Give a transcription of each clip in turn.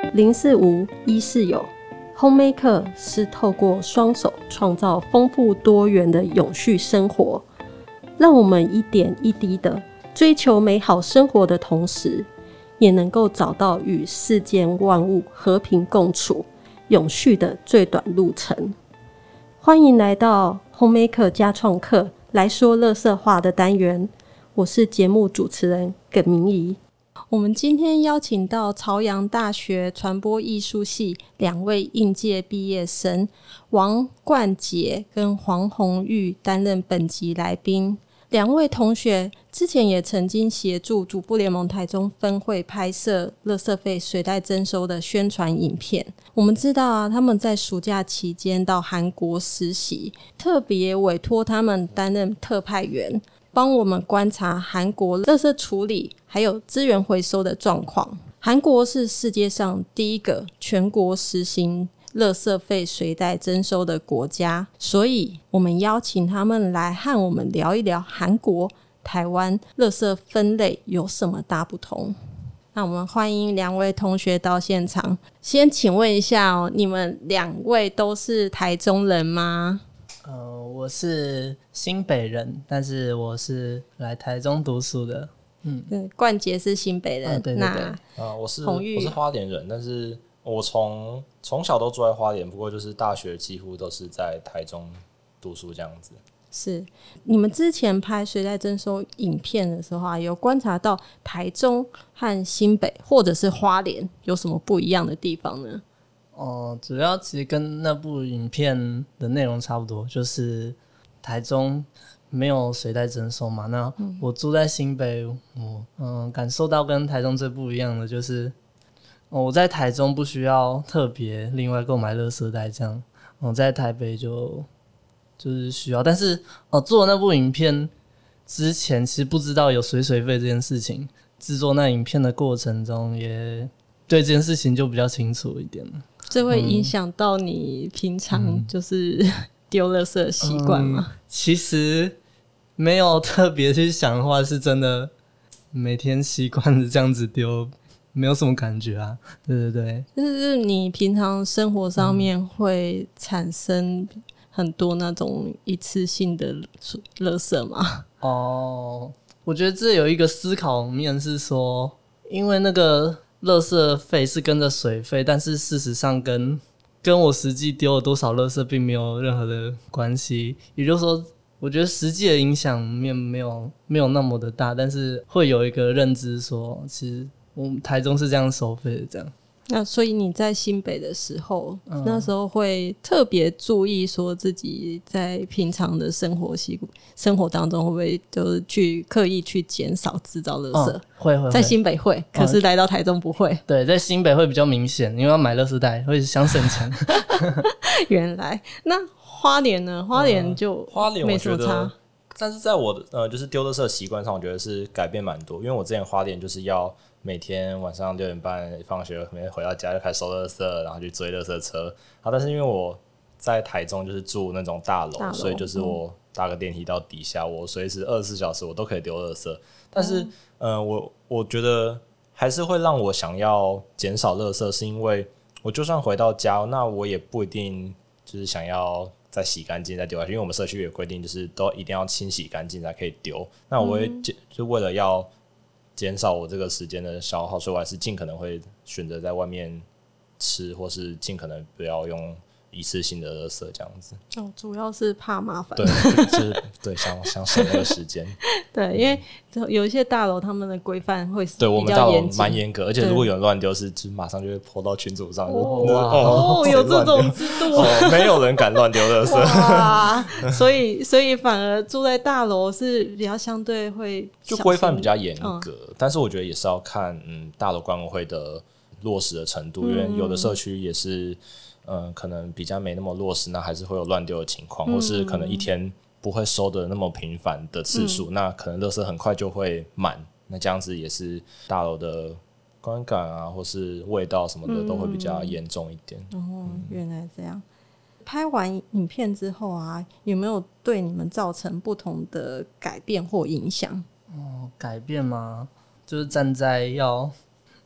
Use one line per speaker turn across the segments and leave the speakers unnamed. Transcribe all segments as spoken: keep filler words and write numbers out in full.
零是无，一是有。Homemaker 是透过双手创造丰富多元的永续生活，让我们一点一滴的追求美好生活的同时，也能够找到与世间万物和平共处、永续的最短路程。欢迎来到 Homemaker 家创客来说垃圾话的单元，我是节目主持人耿明仪。我们今天邀请到朝阳大学传播艺术系两位应届毕业生王冠杰跟黄红玉担任本集来宾。两位同学之前也曾经协助主妇联盟台中分会拍摄垃圾费随袋征收的宣传影片。我们知道啊，他们在暑假期间到韩国实习，特别委托他们担任特派员，帮我们观察韩国垃圾处理还有资源回收的状况。韩国是世界上第一个全国实行垃圾费随袋征收的国家，所以我们邀请他们来和我们聊一聊韩国、台湾垃圾分类有什么大不同。那我们欢迎两位同学到现场。先请问一下哦，你们两位都是台中人吗？
呃，我是新北人，但是我是来台中读书的。嗯，
对，冠杰是新北人，
啊、对对对，
啊、呃，我是我是花莲人，但是我从从小都住在花莲，不过就是大学几乎都是在台中读书这样子。
是，你们之前拍随袋征收影片的时候啊，有观察到台中和新北或者是花莲有什么不一样的地方呢？
哦、呃，主要其实跟那部影片的内容差不多，就是台中没有随袋征收嘛。那我住在新北，我嗯感受到跟台中最不一样的就是，哦、我在台中不需要特别另外购买垃圾袋，这样我、哦、在台北就就是需要。但是哦，做那部影片之前其实不知道有水水费这件事情，制作那影片的过程中也对这件事情就比较清楚一点了。
这会影响到你平常就是丢垃圾的习惯吗、嗯
嗯？其实没有特别去想的话，是真的每天习惯着这样子丢，没有什么感觉啊。对对对，
就是你平常生活上面会产生很多那种一次性的垃圾吗？
哦，我觉得这有一个思考面是说，因为那个垃圾费是跟着水费，但是事实上跟跟我实际丢了多少垃圾并没有任何的关系。也就是说，我觉得实际的影响面没有没有那么的大，但是会有一个认知说，其实我们台中是这样收费的，这样。
那所以你在新北的时候、嗯、那时候会特别注意说自己在平常的生活习生活当中会不会就是去刻意去减少制造垃圾、
嗯、会会
在新北会，可是来到台中不会、
嗯、对，在新北会比较明显，因为要买垃圾袋会想省钱
原来那花莲呢？花莲就没什么差、
嗯、但是在我的呃就是丢垃圾的习惯上我觉得是改变蛮多，因为我之前花莲就是要每天晚上六点半放学，每天回到家就开始收垃圾，然后去追垃圾车。好，但是因为我在台中就是住那种大楼，所以就是我搭个电梯到底下，我随时二十四小时我都可以丢垃圾。但是，嗯、呃，我我觉得还是会让我想要减少垃圾，是因为我就算回到家，那我也不一定就是想要再洗干净再丢下去，因为我们社区有规定，就是都一定要清洗干净才可以丢。那我会、嗯、就为了要减少我这个时间的消耗，所以我还是尽可能会选择在外面吃，或是尽可能不要用一次性的垃圾这样子。
哦，主要是怕麻烦。
对，就是对，想想省那个时间。
对，因为有一些大楼他们的规范会比较严谨，
对我们大楼蛮严格，而且如果有人乱丢，是就马上就会泼到群组上。
哦，哦哦有这种制度、
哦，没有人敢乱丢垃圾。
哇，所以所以反而住在大楼是比较相对会
就规范比较严格、嗯，但是我觉得也是要看嗯大楼管委会的落实的程度，因为有的社区也是。嗯，可能比较没那么落实，那还是会有乱丢的情况、嗯，或是可能一天不会收的那么频繁的次数、嗯，那可能垃圾很快就会满，那这样子也是大楼的观感啊，或是味道什么的、嗯、都会比较严重一点。
哦，原来这样。拍完影片之后啊，有没有对你们造成不同的改变或影响？
哦，改变吗？就是站在要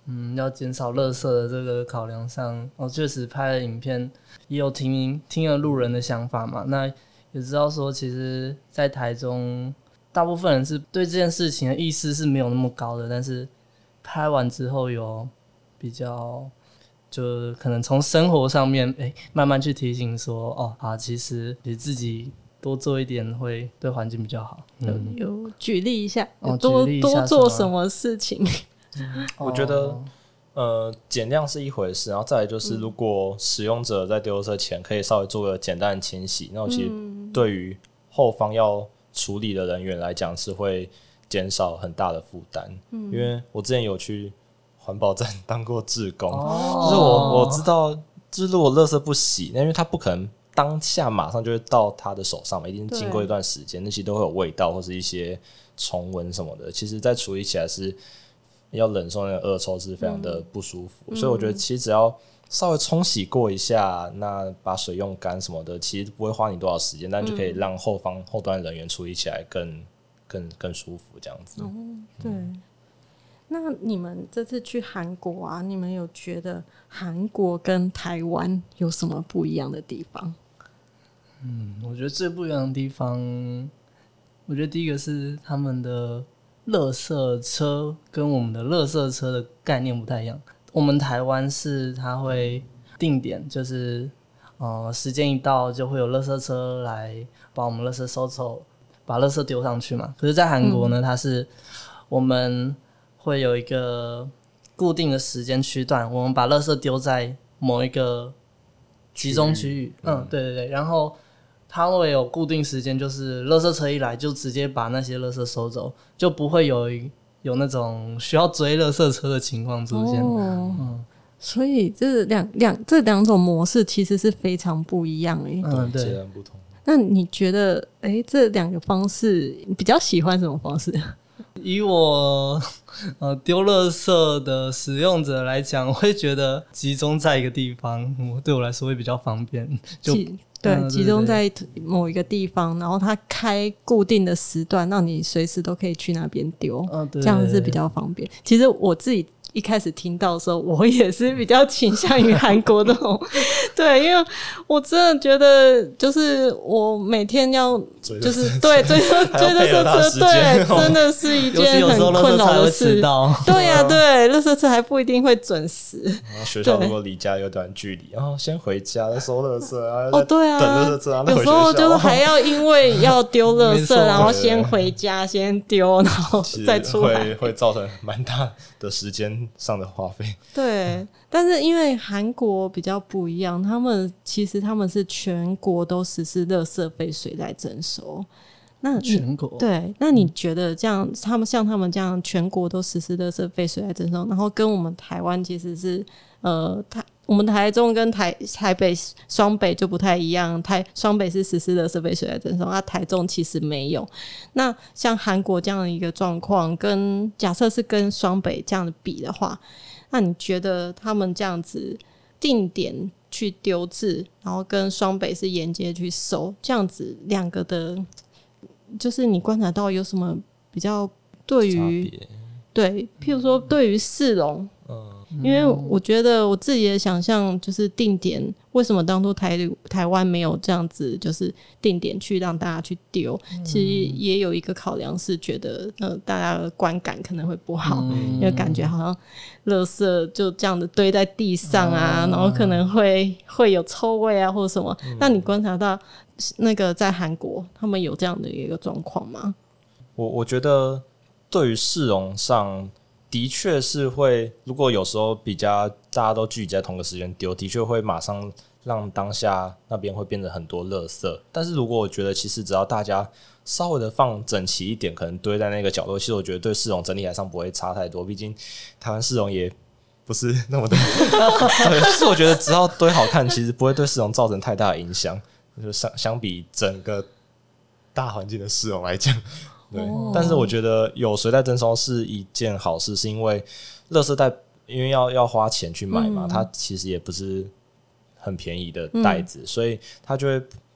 嗯要减少垃圾的这个考量上，我确实拍了影片，也有听听了路人的想法嘛，那也知道说，其实，在台中，大部分人是对这件事情的意识是没有那么高的，但是拍完之后有比较，就可能从生活上面，哎、欸，慢慢去提醒说，哦啊，其实你自己多做一点会对环境比较好。嗯，
有举例一下，
哦、
多
举例一下
多做什么事情？
嗯、
我觉得。呃，减量是一回事，然后再来就是，如果使用者在丢垃圾前可以稍微做个简单的清洗，那我其实对于后方要处理的人员来讲是会减少很大的负担。嗯，因为我之前有去环保站当过志工，哦、就是我我知道，就是如果垃圾不洗，那因为它不可能当下马上就会到他的手上嘛，一定经过一段时间，那些都会有味道或是一些虫蚊什么的，其实在处理起来是。要忍受那个恶臭是非常的不舒服、嗯、所以我觉得其实只要稍微冲洗过一下，那把水用干什么的，其实不会花你多少时间，但就可以让后方后端人员处理起来更更更舒服这样子。
哦，对。那你们这次去韩国啊，你们有觉得韩国跟台湾有什么不一样的地方？
嗯，我觉得最不一样的地方，我觉得第一个是他们的垃圾车跟我们的垃圾车的概念不太一样。我们台湾是它会定点，就是呃时间一到就会有垃圾车来把我们垃圾收走，把垃圾丢上去嘛。可是在韩国呢、嗯、它是我们会有一个固定的时间区段，我们把垃圾丢在某一个集中区域，嗯，对对对，然后它会有固定时间，就是垃圾车一来就直接把那些垃圾收走，就不会有有那种需要追垃圾车的情况出现。哦嗯、
所以这两两这两种模式其实是非常不一样诶、欸，
嗯，对，
截然不同。
那你觉得，哎、欸，这两个方式你比较喜欢什么方式？
以我呃丢垃圾的使用者来讲，我会觉得集中在一个地方，嗯、对我来说会比较方便。就
对、嗯，集中在某一个地方，然后它开固定的时段，让你随时都可以去那边丢，
哦、
这样是比较方便。其实我自己一开始听到的时候，我也是比较倾向于韩国的哦。对，因为我真的觉得，就是我每天要，就是对追车追垃圾车，对，真的是一件很困扰的事。对呀、啊，对，垃圾车还不一定会准时。
然后学校如果离家有段距离，然后先回家再收垃圾啊，
哦对啊，
等垃圾车啊，
有时候就是还要因为要丢垃圾，然后先回家先丢，然后再出来，
会会造成蛮大的时间上的花费。
对，但是因为韩国比较不一样，他们其实他们是全国都实施垃圾费水来征收。那
全国
对，那你觉得这样，他们像他们这样全国都实施垃圾费水来征收，然后跟我们台湾其实是呃台我们台中跟台台北双北就不太一样，台双北是实施垃圾费水来征收，那台中其实没有。那像韩国这样的一个状况，跟假设是跟双北这样的比的话，那你觉得他们这样子定点去丢置，然后跟双北是沿街去收，这样子两个的，就是你观察到有什么比较对于对，譬如说对于市容，嗯，因为我觉得我自己的想象就是定点，为什么当初台台湾没有这样子，就是定点去让大家去丢、嗯？其实也有一个考量是觉得，呃，大家的观感可能会不好，嗯、因为感觉好像垃圾就这样子堆在地上啊，嗯、然后可能会会有臭味啊或者什么。嗯、那你观察到那个在韩国，他们有这样的一个状况吗？
我我觉得对于市容上。的确是会，如果有时候比较大家都聚集在同个时间丢，的确会马上让当下那边会变得很多垃圾。但是如果我觉得其实只要大家稍微的放整齐一点，可能堆在那个角落，其实我觉得对市容整体来上不会差太多。毕竟台湾市容也不是那么的对，就是我觉得只要堆好看，其实不会对市容造成太大的影响。就是相相比整个大环境的市容来讲。对，但是我觉得有随袋征收是一件好事，是因为垃圾袋因为要要花钱去买嘛、嗯，它其实也不是很便宜的袋子，嗯、所以它就会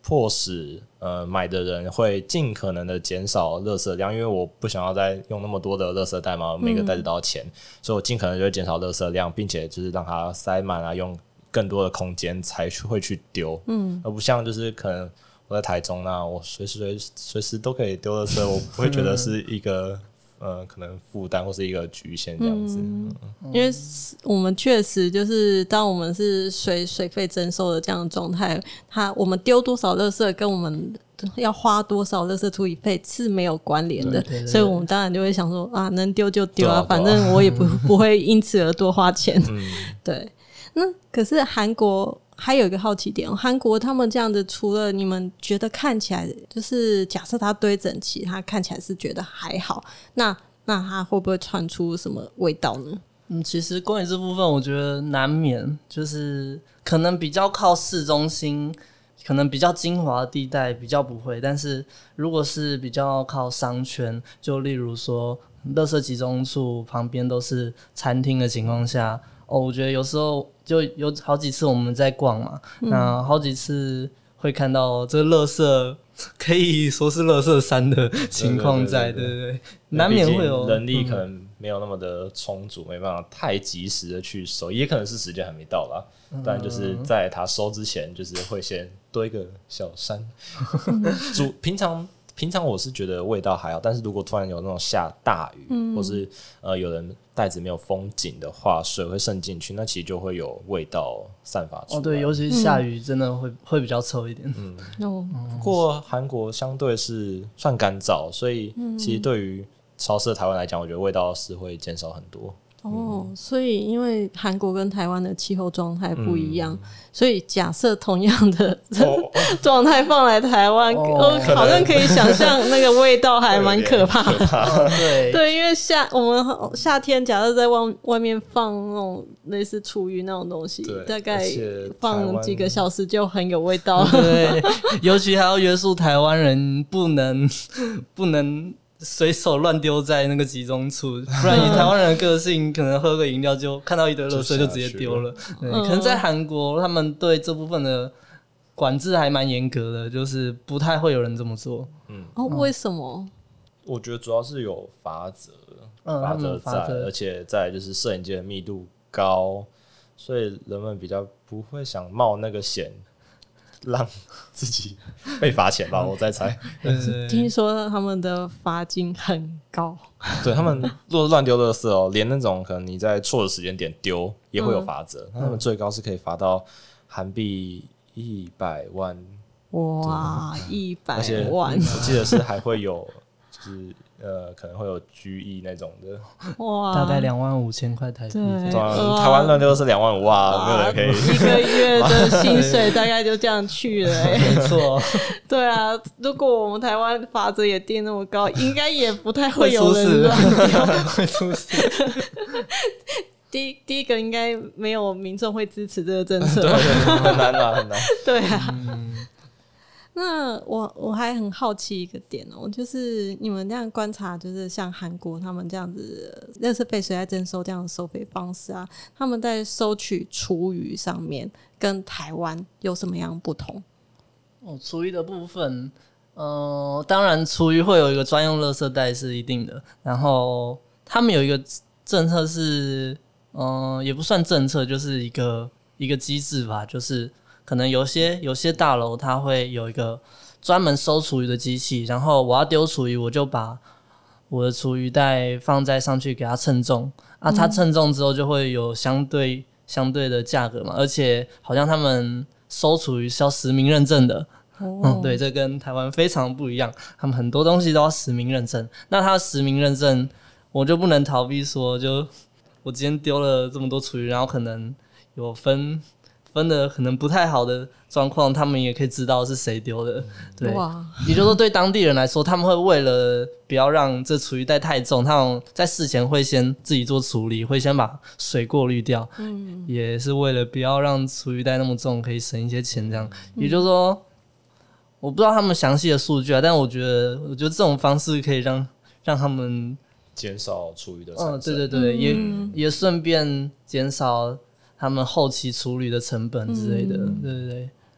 迫使呃买的人会尽可能的减少垃圾量，因为我不想要再用那么多的垃圾袋嘛，每个袋子都要钱，嗯、所以我尽可能就会减少垃圾量，并且就是让它塞满啊，用更多的空间才会去丢，嗯，而不像就是可能我在台中那我随时随随时都可以丢垃圾，我不会觉得是一个。呃，可能负担或是一个局限这样子，嗯
嗯、因为我们确实就是当我们是水水费征收的这样的状态，它我们丢多少垃圾跟我们要花多少垃圾处理费是没有关联的，
对对对，
所以我们当然就会想说啊，能丢就丢啊，反正我也不不会因此而多花钱。嗯、对，那可是韩国。还有一个好奇点，韩国他们这样子，除了你们觉得看起来就是假设它堆整齐，它看起来是觉得还好，那那它会不会传出什么味道呢？
嗯，其实关于这部分，我觉得难免就是可能比较靠市中心，可能比较精华的地带比较不会，但是如果是比较靠商圈，就例如说垃圾集中处旁边都是餐厅的情况下。哦，我觉得有时候就有好几次我们在逛嘛，嗯、那好几次会看到这个垃圾可以说是垃圾山的情况在，对对 对, 对, 对, 对，难免会有
人力可能没有那么的充足，嗯、没办法太及时的去收，也可能是时间还没到啦。嗯、但就是在他收之前，就是会先堆一个小山。主平常。平常我是觉得味道还好，但是如果突然有那种下大雨，嗯、或是呃有人袋子没有封紧的话，水会渗进去，那其实就会有味道散发出来。
哦，对，尤其是下雨，真的会、嗯、会比较臭一点。嗯，
哦、
不过韩国相对是算干燥，所以其实对于潮湿的台湾来讲，我觉得味道是会减少很多。
哦，所以因为韩国跟台湾的气候状态不一样，嗯、所以假设同样的状态放来台湾，哦、好像可以想象那个味道还蛮可怕的。
对
对，因为夏我们夏天假设在外外面放那种类似厨余那种东西，大概放几个小时就很有味道。
对，尤其还要约束台湾人不能不能。随手乱丢在那个集中处，不然以台湾人的个性，可能喝个饮料就看到一堆垃圾就直接丢了。对，可能在韩国，他们对这部分的管制还蛮严格的，就是不太会有人这么做。
嗯，哦，为什么？
我觉得主要是有罚则，
嗯、
罚则在，而且再来就是摄影机的密度高，所以人们比较不会想冒那个险。让自己被罚钱吧，我在猜。
听说他们的罚金很高，
对他们如果乱丢垃圾哦，连那种可能你在错的时间点丢也会有罚则。嗯、他们最高是可以罚到韩币一百万，
哇，一百
万！我记得是还会有，就是呃，可能会有居役那种的，
哇，大概两万五千块台币。
台湾乱丢是两万五啊，没有人可以
一个月的薪水大概就这样去了、欸。
没错，
对啊，如果我们台湾罚则也定那么高，应该也不太会有人乱丢，
会出事。
第一第一个应该没有民众会支持这个政策，
对，很难啊，很难。
对啊。嗯，那我我还很好奇一个点哦，就是你们这样观察，就是像韩国他们这样子垃圾费水害征收这样的收费方式啊，他们在收取厨余上面跟台湾有什么样不同？
哦，厨余的部分，呃，当然厨余会有一个专用垃圾袋是一定的，然后他们有一个政策是，嗯、呃，也不算政策，就是一个一个机制吧，就是可能有些有些大楼它会有一个专门收厨余的机器，然后我要丢厨余，我就把我的厨余袋放在上去给它称重啊，它称重之后就会有相对相对的价格嘛，而且好像他们收厨余是要实名认证的。哦、嗯，对，这跟台湾非常不一样，他们很多东西都要实名认证。那他实名认证，我就不能逃避说，就我今天丢了这么多厨余，然后可能有分分的可能不太好的状况，他们也可以知道是谁丢的。对，也就是说对当地人来说，他们会为了不要让这厨余袋太重，他们在事前会先自己做处理，会先把水过滤掉，嗯，也是为了不要让厨余袋那么重，可以省一些钱这样。嗯、也就是说，我不知道他们详细的数据啊，但我觉得，我觉得这种方式可以让让他们
减少厨余的产生。
嗯，对对对，嗯、也也顺便减少他们后期处理的成本之类的，嗯、对对对。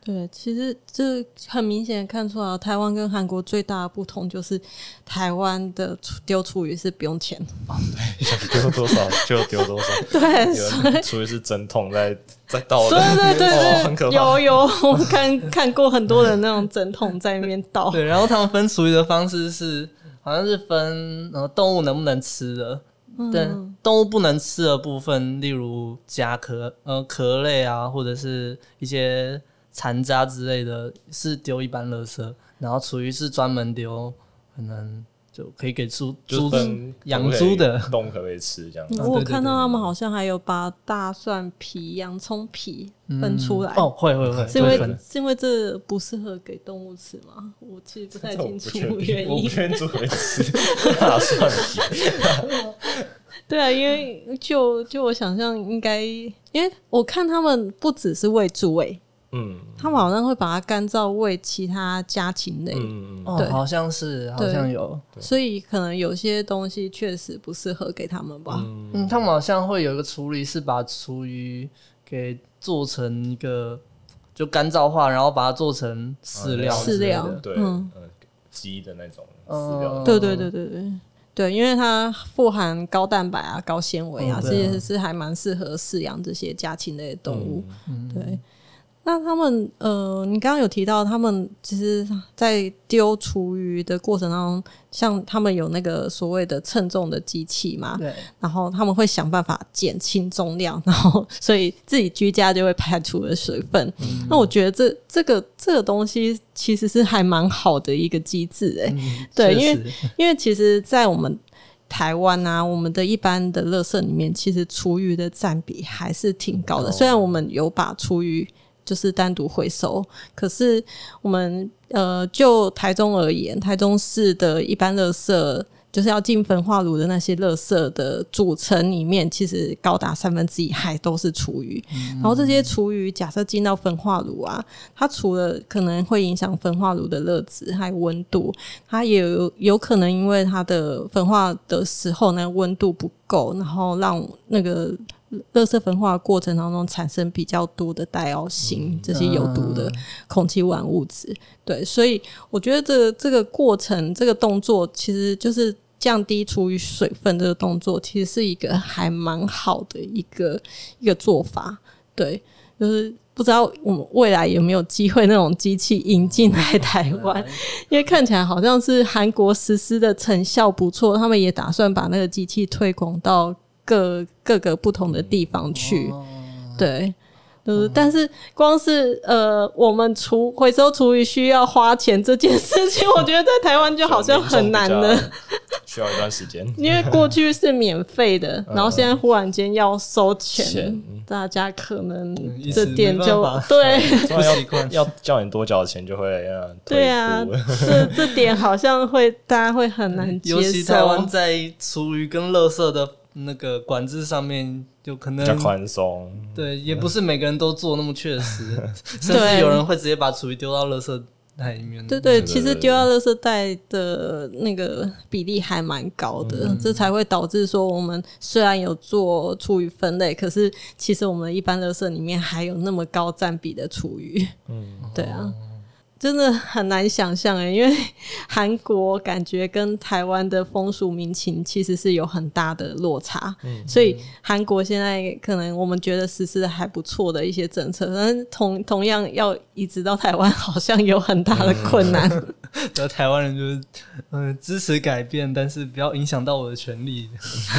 对，其实这很明显看出来，台湾跟韩国最大的不同就是台湾的丢厨余是不用钱，
想丢多少就丢多少，
对，
有人厨余是整桶在在倒的，
对对对对，
哦、很可怕。
有有，我看看过很多人那种整桶在那边倒。
对，然后他们分厨余的方式是，好像是分呃动物能不能吃的。对，嗯、动物不能吃的部分，例如甲壳、呃壳类啊，或者是一些残渣之类的，是丢一般垃圾。然后厨余是专门丢，可能就可以给猪猪养猪的
动物可不可以吃这样子。
嗯、我看到他们好像还有把大蒜皮、洋葱皮分出来。
嗯、哦，会会会，
是因为是因为这不适合给动物吃吗？我其实不太清楚原因。
我不确定猪会吃大蒜皮。
对啊，因为就就我想象应该，因为我看他们不只是喂猪喂，嗯，他们好像会把它干燥喂其他家禽类，
嗯，对、哦，好像是，好像有，
所以可能有些东西确实不适合给他们吧。
嗯, 嗯，他们好像会有一个处理是把厨余给做成一个就干燥化，然后把它做成饲料，
饲料，
对，嗯，鸡的那种饲料，
对对对对对。对，因为它富含高蛋白啊、高纤维啊，这些、嗯、是还蛮适合饲养这些家禽类的动物。嗯、对，那他们呃，你刚刚有提到，他们其实在丢厨余的过程当中，像他们有那个所谓的称重的机器嘛，
对，
然后他们会想办法减轻重量，然后所以自己居家就会排除了水分。嗯、那我觉得这这个这个东西其实是还蛮好的一个机制诶、欸嗯，对，因为因为其实，在我们台湾啊，我们的一般的垃圾里面，其实厨余的占比还是挺高的。虽然我们有把厨余就是单独回收，可是我们呃，就台中而言，台中市的一般垃圾就是要进焚化炉的那些垃圾的组成里面，其实高达三分之一还都是厨余、嗯、然后这些厨余假设进到焚化炉啊，它除了可能会影响焚化炉的热值还有温度，它也有有可能因为它的焚化的时候那个温度不够，然后让那个垃圾焚化的过程当中产生比较多的戴奥辛、嗯、这些有毒的空气污染物质。对，所以我觉得这个这个过程这个动作其实就是降低厨余水分，这个动作其实是一个还蛮好的一个一个做法。对，就是不知道我们未来有没有机会那种机器引进来台湾，因为看起来好像是韩国实施的成效不错，他们也打算把那个机器推广到各各个不同的地方去。对，就是、但是光是呃，我们厨回收厨余需要花钱这件事情，我觉得在台湾就好像很难了，
需要一段时间。因
为过去是免费的，然后现在忽然间要收钱，嗯、大家可能这点就、嗯、对，
不习惯，要叫你多缴钱就会呃
对啊，这这点好像会大家会很难接受。
尤其台湾在厨余跟垃圾的那个管制上面就可能
比较宽松，
对，也不是每个人都做那么确实，甚至有人会直接把厨余丢到垃圾袋里面。
对 对, 对, 对, 对，其实丢到垃圾袋的那个比例还蛮高的、嗯，这才会导致说我们虽然有做厨余分类，可是其实我们一般垃圾里面还有那么高占比的厨余。嗯，对啊。真的很难想象诶，因为韩国感觉跟台湾的风俗民情其实是有很大的落差，嗯、所以韩国现在可能我们觉得实施的还不错的一些政策，但是同同样要移植到台湾，好像有很大的困难。
然后台湾人就是嗯、呃、支持改变，但是不要影响到我的权利。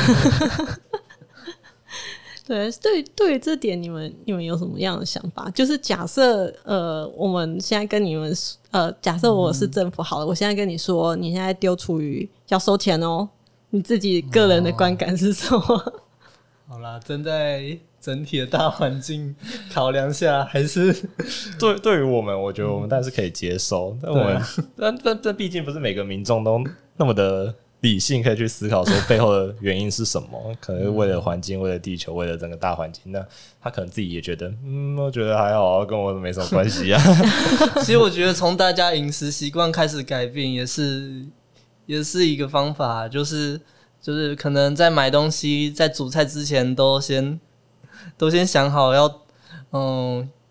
对，对，对于这点，你们你们有什么样的想法？就是假设呃，我们现在跟你们呃，假设我是政府好了，嗯、我现在跟你说，你现在丢厨余要收钱哦，你自己个人的观感是什么？哦、
好啦，站在整体的大环境考量下，还是
对对于我们，我觉得我们当然是可以接受，嗯、但我们、啊、但但但毕竟不是每个民众都那么的理性可以去思考说背后的原因是什么，可能是为了环境，为了地球，为了整个大环境，那他可能自己也觉得嗯我觉得还好啊，跟我没什么关系啊。
其实我觉得从大家饮食习惯开始改变也是也是一个方法，就是就是可能在买东西在煮菜之前都先都先想好要嗯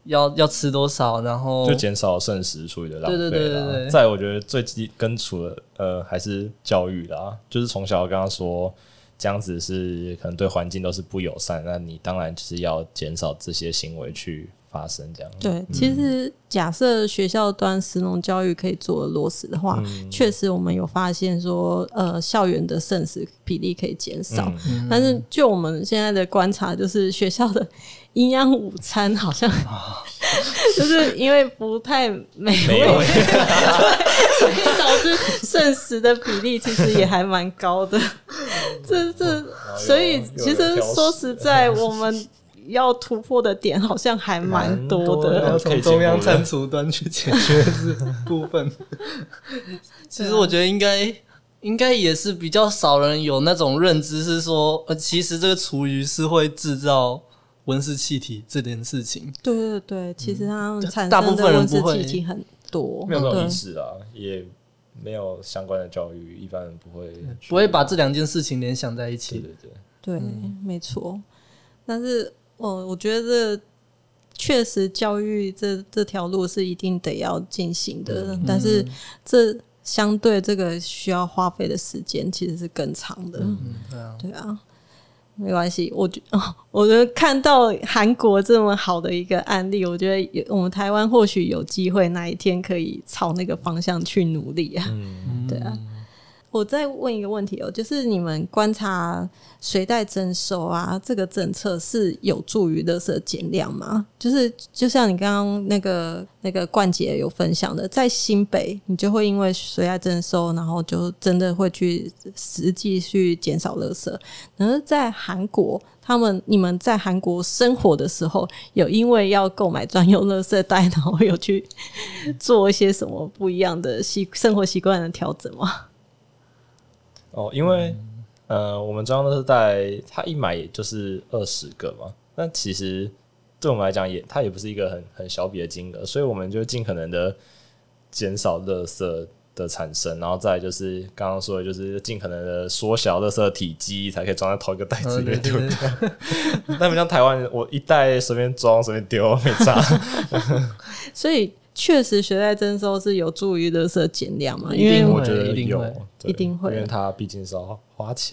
要要吃多少，然后
就减少剩食处理的浪费啦。
对对对对对
再我觉得最基根除了呃还是教育啦，就是从小刚刚说这样子是可能对环境都是不友善，那你当然就是要减少这些行为去发生这样。
对，
嗯、
其实假设学校端食农教育可以做落实的话，确、嗯、实我们有发现说，呃，校园的剩食比例可以减少。嗯、但是就我们现在的观察，就是学校的营养午餐好像就是因为不太美味，所以导致剩食的比例其实也还蛮高的。这这，所以其实说实在，我们要突破的点好像还蛮多的，
要从中央餐厨端去解决这部分。其实我觉得应该应该也是比较少人有那种认知，是说，呃，其实这个厨余是会制造温室气体这件事情。
对对对，其实它产生的温室气体很多，
没有这种意识啊，也没有相关的教育，一般人不会
不会把这两件事情联想在一起。
对对对，
对，嗯、没错。但是，哦，我觉得确实教育这这条路是一定得要进行的，嗯、但是这相对这个需要花费的时间其实是更长的。
嗯，对啊，
对啊。没关系，我觉哦，我觉得看到韩国这么好的一个案例，我觉得我们台湾或许有机会哪一天可以朝那个方向去努力啊。嗯，对啊。我再问一个问题哦，就是你们观察随袋征收啊，这个政策是有助于垃圾减量吗？就是就像你刚刚那个那个冠杰有分享的，在新北你就会因为随袋征收，然后就真的会去实际去减少垃圾。然后在韩国，他们你们在韩国生活的时候，有因为要购买专用垃圾袋，然后有去做一些什么不一样的习生活习惯的调整吗？
哦，因为、嗯、呃，我们专用垃圾袋它一买也就是二十个嘛，那其实对我们来讲也它也不是一个很很小笔的金额，所以我们就尽可能的减少垃圾的产生，然后再来就是刚刚说的，就是尽可能的缩小垃圾的体积，才可以装在同一个袋子里面丢掉。那不像台湾，我一袋随便装随便丢，没差。
所以。确实，随袋征收是有助于垃圾减量嘛？
因为
我觉得有，
一定会，
因为它毕竟是要花钱。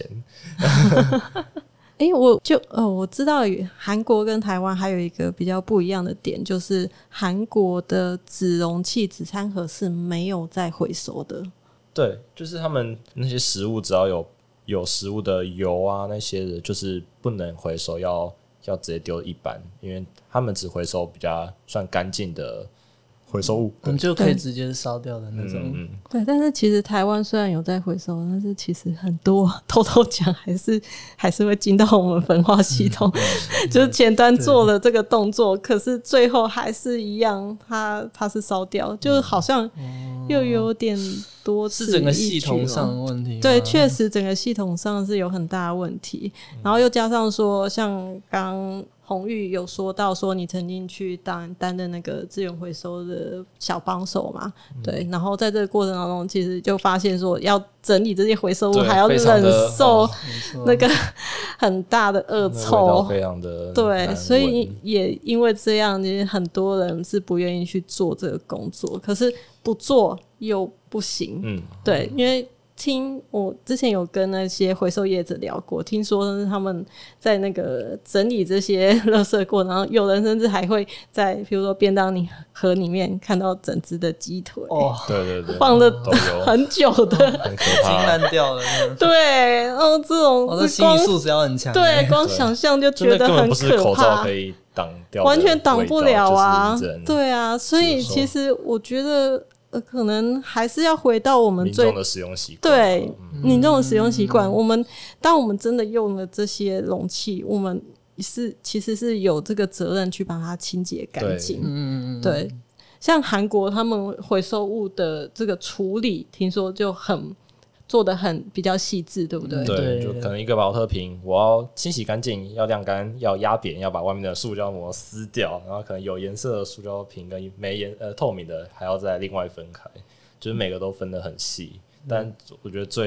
哎、欸，我就呃，我知道韩国跟台湾还有一个比较不一样的点，就是韩国的纸容器、纸餐盒是没有再回收的。
对，就是他们那些食物，只要有有食物的油啊那些的，就是不能回收，要要直接丢一般，因为他们只回收比较算干净的。回收物，
我们就可以直接烧掉的那种。
嗯、
对，但是其实台湾虽然有在回收，但是其实很多偷偷讲还是还是会进到我们焚化系统，嗯、就是前端做了这个动作，可是最后还是一样，它它是烧掉，就好像又有点多次、哦、
是整个系统上的问题。
对，确实整个系统上是有很大的问题，然后又加上说，像刚。红玉有说到说你曾经去当担任那个资源回收的小帮手嘛、嗯、对，然后在这个过程当中其实就发现说要整理这些回收物还要忍受那个很大的恶臭，
非常的
对，所以也因为这样很多人是不愿意去做这个工作，可是不做又不行，嗯，对，因为听我之前有跟那些回收业者聊过，听说他们在那个整理这些垃圾过，然后有人甚至还会在比如说便当盒里面看到整只的鸡腿，
哦，对对对，
放了很久的，
很可怕，
烂掉了。
对，然后这种
哦，这心理素质要很强，
对，光想象就觉得很可怕，
根本不是口罩可以挡掉，
完全挡不了啊，对啊，所以
受
其实我觉得。呃，可能还是要回到我们最
民众的使用习惯，
对、嗯、民众的使用习惯。我们当我们真的用了这些容器，我们是其实是有这个责任去把它清洁干净。嗯对，像韩国他们回收物的这个处理，听说就很做得很比较细致，对不对？
对，就可能一个保特瓶，我要清洗干净，要晾干，要压扁，要把外面的塑胶膜撕掉，然后可能有颜色的塑胶瓶跟没颜呃透明的还要再另外分开，就是每个都分得很细。嗯、但我觉得最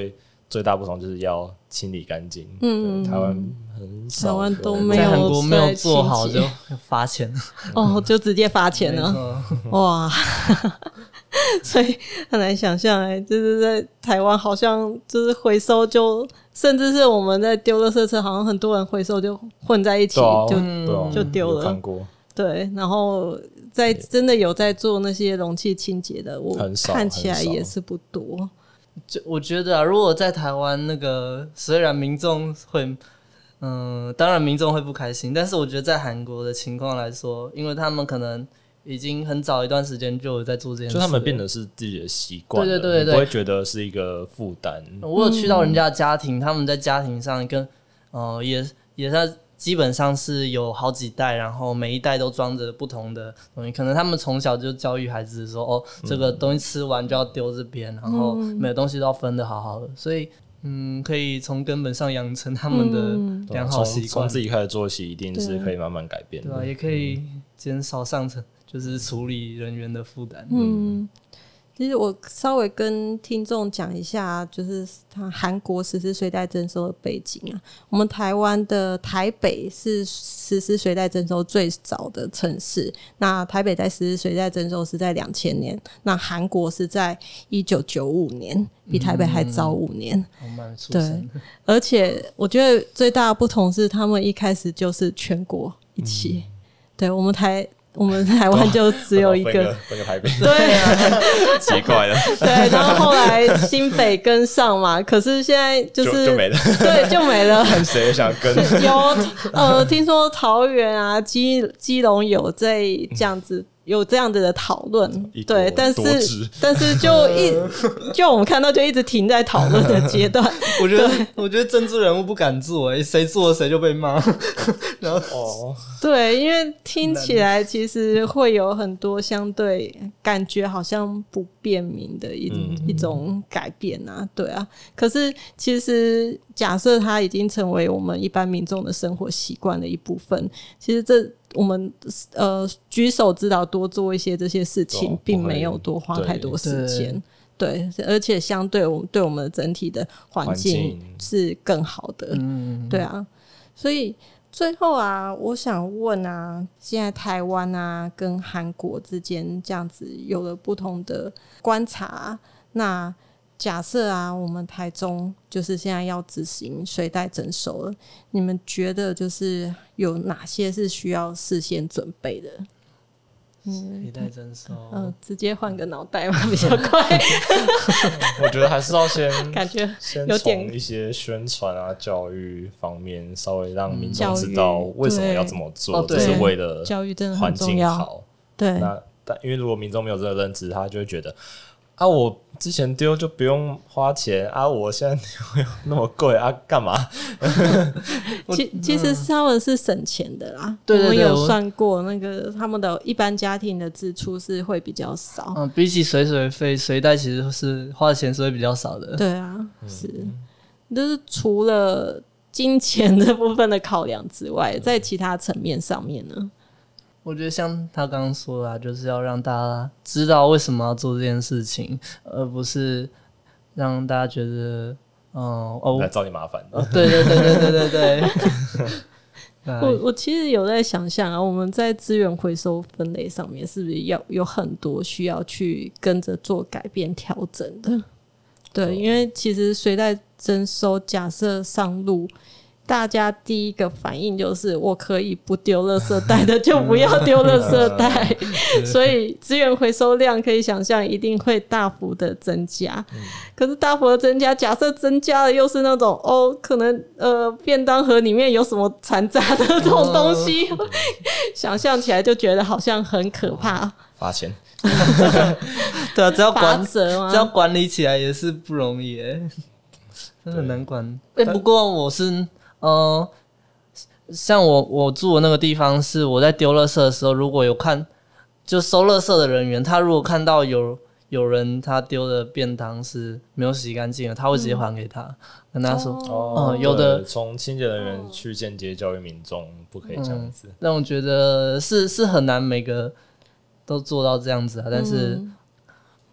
最大不同就是要清理干净。
嗯，
台湾很少，
台湾都没有
在韩国没有做好
在清洁
就罚钱
哦，就直接罚钱了。哇，所以很难想象哎、欸，就是在台湾好像就是回收就，甚至是我们在丢垃圾车，好像很多人回收就混在一起，
啊、
就、
啊、
就丢了。
有看过。
对，然后在真的有在做那些容器清洁的，我看起来也是不多。
就我觉得啊，如果在台湾那个，虽然民众会，嗯，当然民众会不开心，但是我觉得在韩国的情况来说，因为他们可能已经很早一段时间就有在做这件事，
就他们变得是自己的习惯，
对对对对，
不会觉得是一个负担。
我有去到人家的家庭，嗯、他们在家庭上跟，呃，也也是基本上是有好几代，然后每一代都装着不同的东西。可能他们从小就教育孩子说，哦，这个东西吃完就要丢这边，然后每个东西都要分得好好的，所以。嗯，可以从根本上养成他们的良好习惯。
从自己开始做起，一定是可以慢慢改变的。
对啊，也可以减少上层就是处理人员的负担。
嗯，其实我稍微跟听众讲一下，就是他韩国实施随袋征收的背景啊。我们台湾的台北是实施随袋征收最早的城市，那台北在实施随袋征收是在两千年，那韩国是在一九九五年，比台北还早五年。
嗯、
对，而且我觉得最大的不同是，他们一开始就是全国一起。嗯、对，我们台。我们台湾就只有一个，
分个台北，
对啊，
奇怪了。
对，然后后来新北跟上嘛，可是现在就是
就, 就没了，
对，就没了。
看谁想跟？
有呃，听说桃园啊、基基隆有在这样子。有这样子的讨论，对，但是但是就一就我们看到就一直停在讨论的阶段。
我觉得我觉得政治人物不敢做、欸，谁做谁就被骂。然后
哦，
对，因为听起来其实会有很多相对感觉好像不便民的一、嗯、一种改变啊，对啊。可是其实假设它已经成为我们一般民众的生活习惯的一部分，其实这。我们呃举手之劳多做一些这些事情，哦、并没有多花太多时间，对，对，而且相对我们对我们整体的环境是更好的，嗯，对啊，所以最后啊，我想问啊，现在台湾啊跟韩国之间这样子有了不同的观察，那。假设啊，我们台中就是现在要执行随袋征收了，你们觉得就是有哪些是需要事先准备的？
嗯，随袋征收，
嗯、呃，直接换个脑袋嘛，比较快。
我觉得还是要先
感觉
先从一些宣传啊、教育方面，稍微让民众知道为什么要这么做，这是为了
教育真的很重要。
环境好，
对，
那但因为如果民众没有这个认知，他就会觉得。啊，我之前丢就不用花钱啊，我现在丢那么贵啊，干嘛？
其其实他们是省钱的啦，
对对对，
我们有算过，那个他们的一般家庭的支出是会比较少。
嗯，比起水水费，随袋其实是花的钱是会比较少的。
对啊，嗯、是，就是除了金钱这部分的考量之外，在其他层面上面呢？
我觉得像他刚刚说的、啊，就是要让大家知道为什么要做这件事情，而不是让大家觉得，嗯，哦，
来找你麻烦的、
哦。对对对对对对对。
我我其实有在想象啊，我们在资源回收分类上面，是不是要有很多需要去跟着做改变调整的？对，因为其实随袋征收假设上路。大家第一个反应就是我可以不丢垃圾袋的就不要丢垃圾袋所以资源回收量可以想象一定会大幅的增加、嗯、可是大幅的增加假设增加的又是那种哦可能呃便当盒里面有什么残渣的这种东西、哦、想象起来就觉得好像很可怕、哦、
罚钱
对啊，只要管只要管理起来也是不容易耶真的很难管、欸、不过我是呃，像我我住的那个地方是我在丢垃圾的时候，如果有看就收垃圾的人员，他如果看到有有人他丢的便当是没有洗干净的，他会直接还给他，嗯、跟他说，
哦，
嗯、有的
从清洁人员去间接教育民众，不可以这样子。
嗯、让我觉得是是很难每个都做到这样子啊，但是。嗯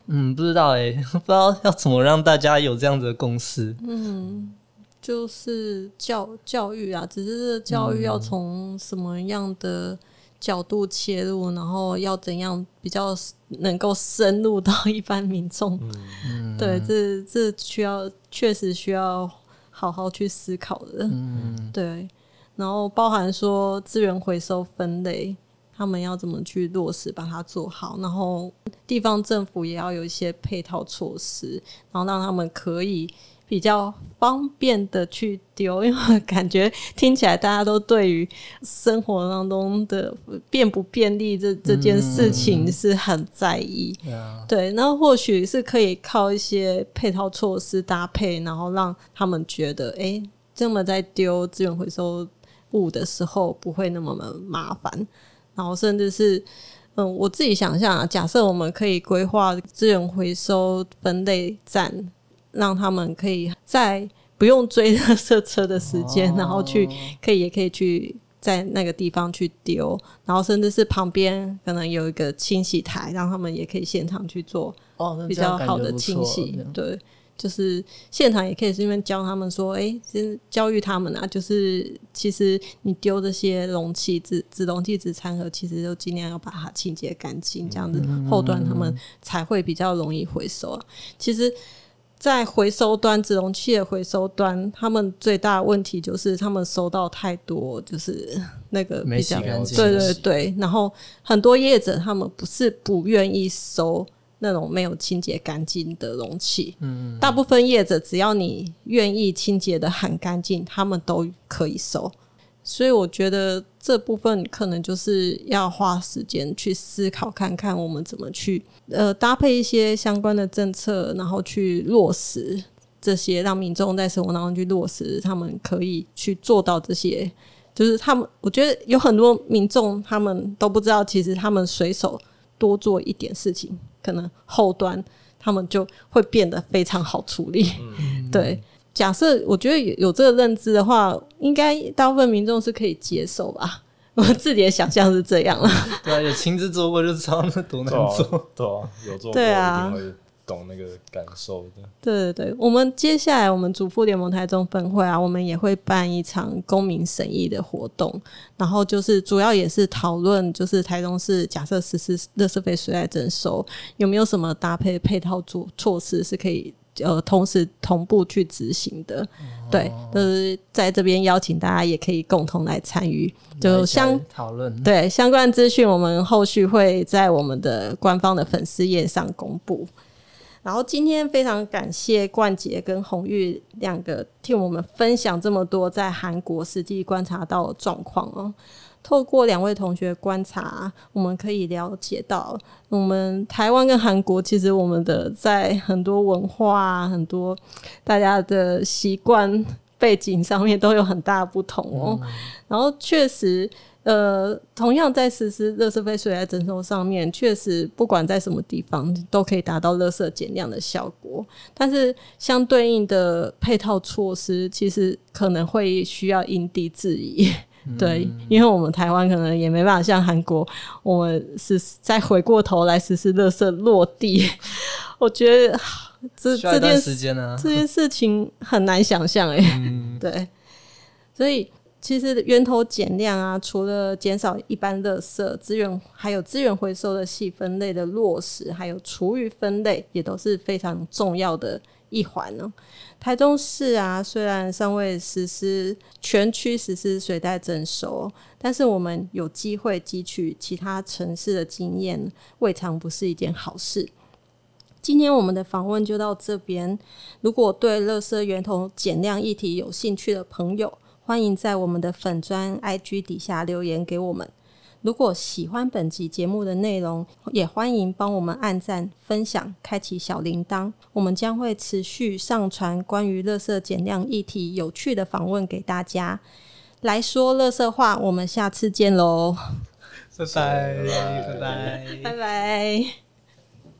嗯，不知道哎、欸，不知道要怎么让大家有这样子的共识。
嗯，就是教教育啊，只是教育要从什么样的角度切入，然后要怎样比较能够深入到一般民众。嗯，对，这这需要确实需要好好去思考的。嗯，对，然后包含说资源回收分类。他们要怎么去落实把它做好，然后地方政府也要有一些配套措施，然后让他们可以比较方便的去丢，因为感觉听起来大家都对于生活当中的便不便利这这件事情是很在意、嗯、对，然后或许是可以靠一些配套措施搭配，然后让他们觉得诶这么在丢资源回收物的时候不会那么麻烦，然后甚至是嗯，我自己想象啊，假设我们可以规划资源回收分类站，让他们可以在不用追垃圾车的时间、哦、然后去可以也可以去在那个地方去丢，然后甚至是旁边可能有一个清洗台，让他们也可以现场去做比较好的清洗、哦、对，就是现场也可以顺便教他们说诶先教育他们啊，就是其实你丢这些容器纸纸容器纸餐盒，其实就尽量要把它清洁干净，这样子后端他们才会比较容易回收、啊、其实在回收端纸容器的回收端，他们最大的问题就是他们收到太多就是那个比较对对对，然后很多业者他们不是不愿意收那种没有清洁干净的容器，嗯，大部分业者只要你愿意清洁的很干净，他们都可以收。所以我觉得这部分可能就是要花时间去思考看看我们怎么去呃搭配一些相关的政策，然后去落实这些，让民众在生活当中去落实他们可以去做到这些，就是他们我觉得有很多民众他们都不知道，其实他们随手多做一点事情，可能后端他们就会变得非常好处理、嗯、对，假设我觉得有这个认知的话，应该大部分民众是可以接受吧，我自己的想象是这样啦。
对啊，有亲自做过就知道那多难做。
对啊，有做过
对啊，
一定会懂那个感受的。
对对对，我们接下来我们主妇联盟台中分会啊，我们也会办一场公民审议的活动，然后就是主要也是讨论就是台中市假设实施垃圾费水袋征收，有没有什么搭配配套措施是可以呃同时同步去执行的、哦、对，就是在这边邀请大家也可以共同来参与，就相
讨论，
对，相关资讯我们后续会在我们的官方的粉丝页上公布。然后今天非常感谢冠杰跟红玉两个替我们分享这么多在韩国实际观察到的状况哦。透过两位同学观察，我们可以了解到我们台湾跟韩国其实我们的在很多文化啊，很多大家的习惯背景上面都有很大的不同哦、嗯、然后确实呃，同样在实施垃圾费水袋征收上面，确实不管在什么地方都可以达到垃圾减量的效果，但是相对应的配套措施其实可能会需要因地制宜、嗯、对，因为我们台湾可能也没办法像韩国我们是再回过头来实施垃圾落地，我觉得这
需要一段时间啊，
这件事情很难想象耶、嗯、对，所以其实源头减量啊，除了减少一般垃圾资源，还有资源回收的细分类的落实，还有厨余分类也都是非常重要的一环呢。台中市啊，虽然尚未实施全区实施水袋征收，但是我们有机会汲取其他城市的经验，未尝不是一件好事。今天我们的访问就到这边，如果对垃圾源头减量议题有兴趣的朋友，欢迎在我们的粉专 I G 底下留言给我们。如果喜欢本集节目的内容，也欢迎帮我们按赞、分享、开启小铃铛。我们将会持续上传关于垃圾减量议题有趣的访问给大家。来说垃圾话，我们下次见咯，
拜拜拜拜
拜拜。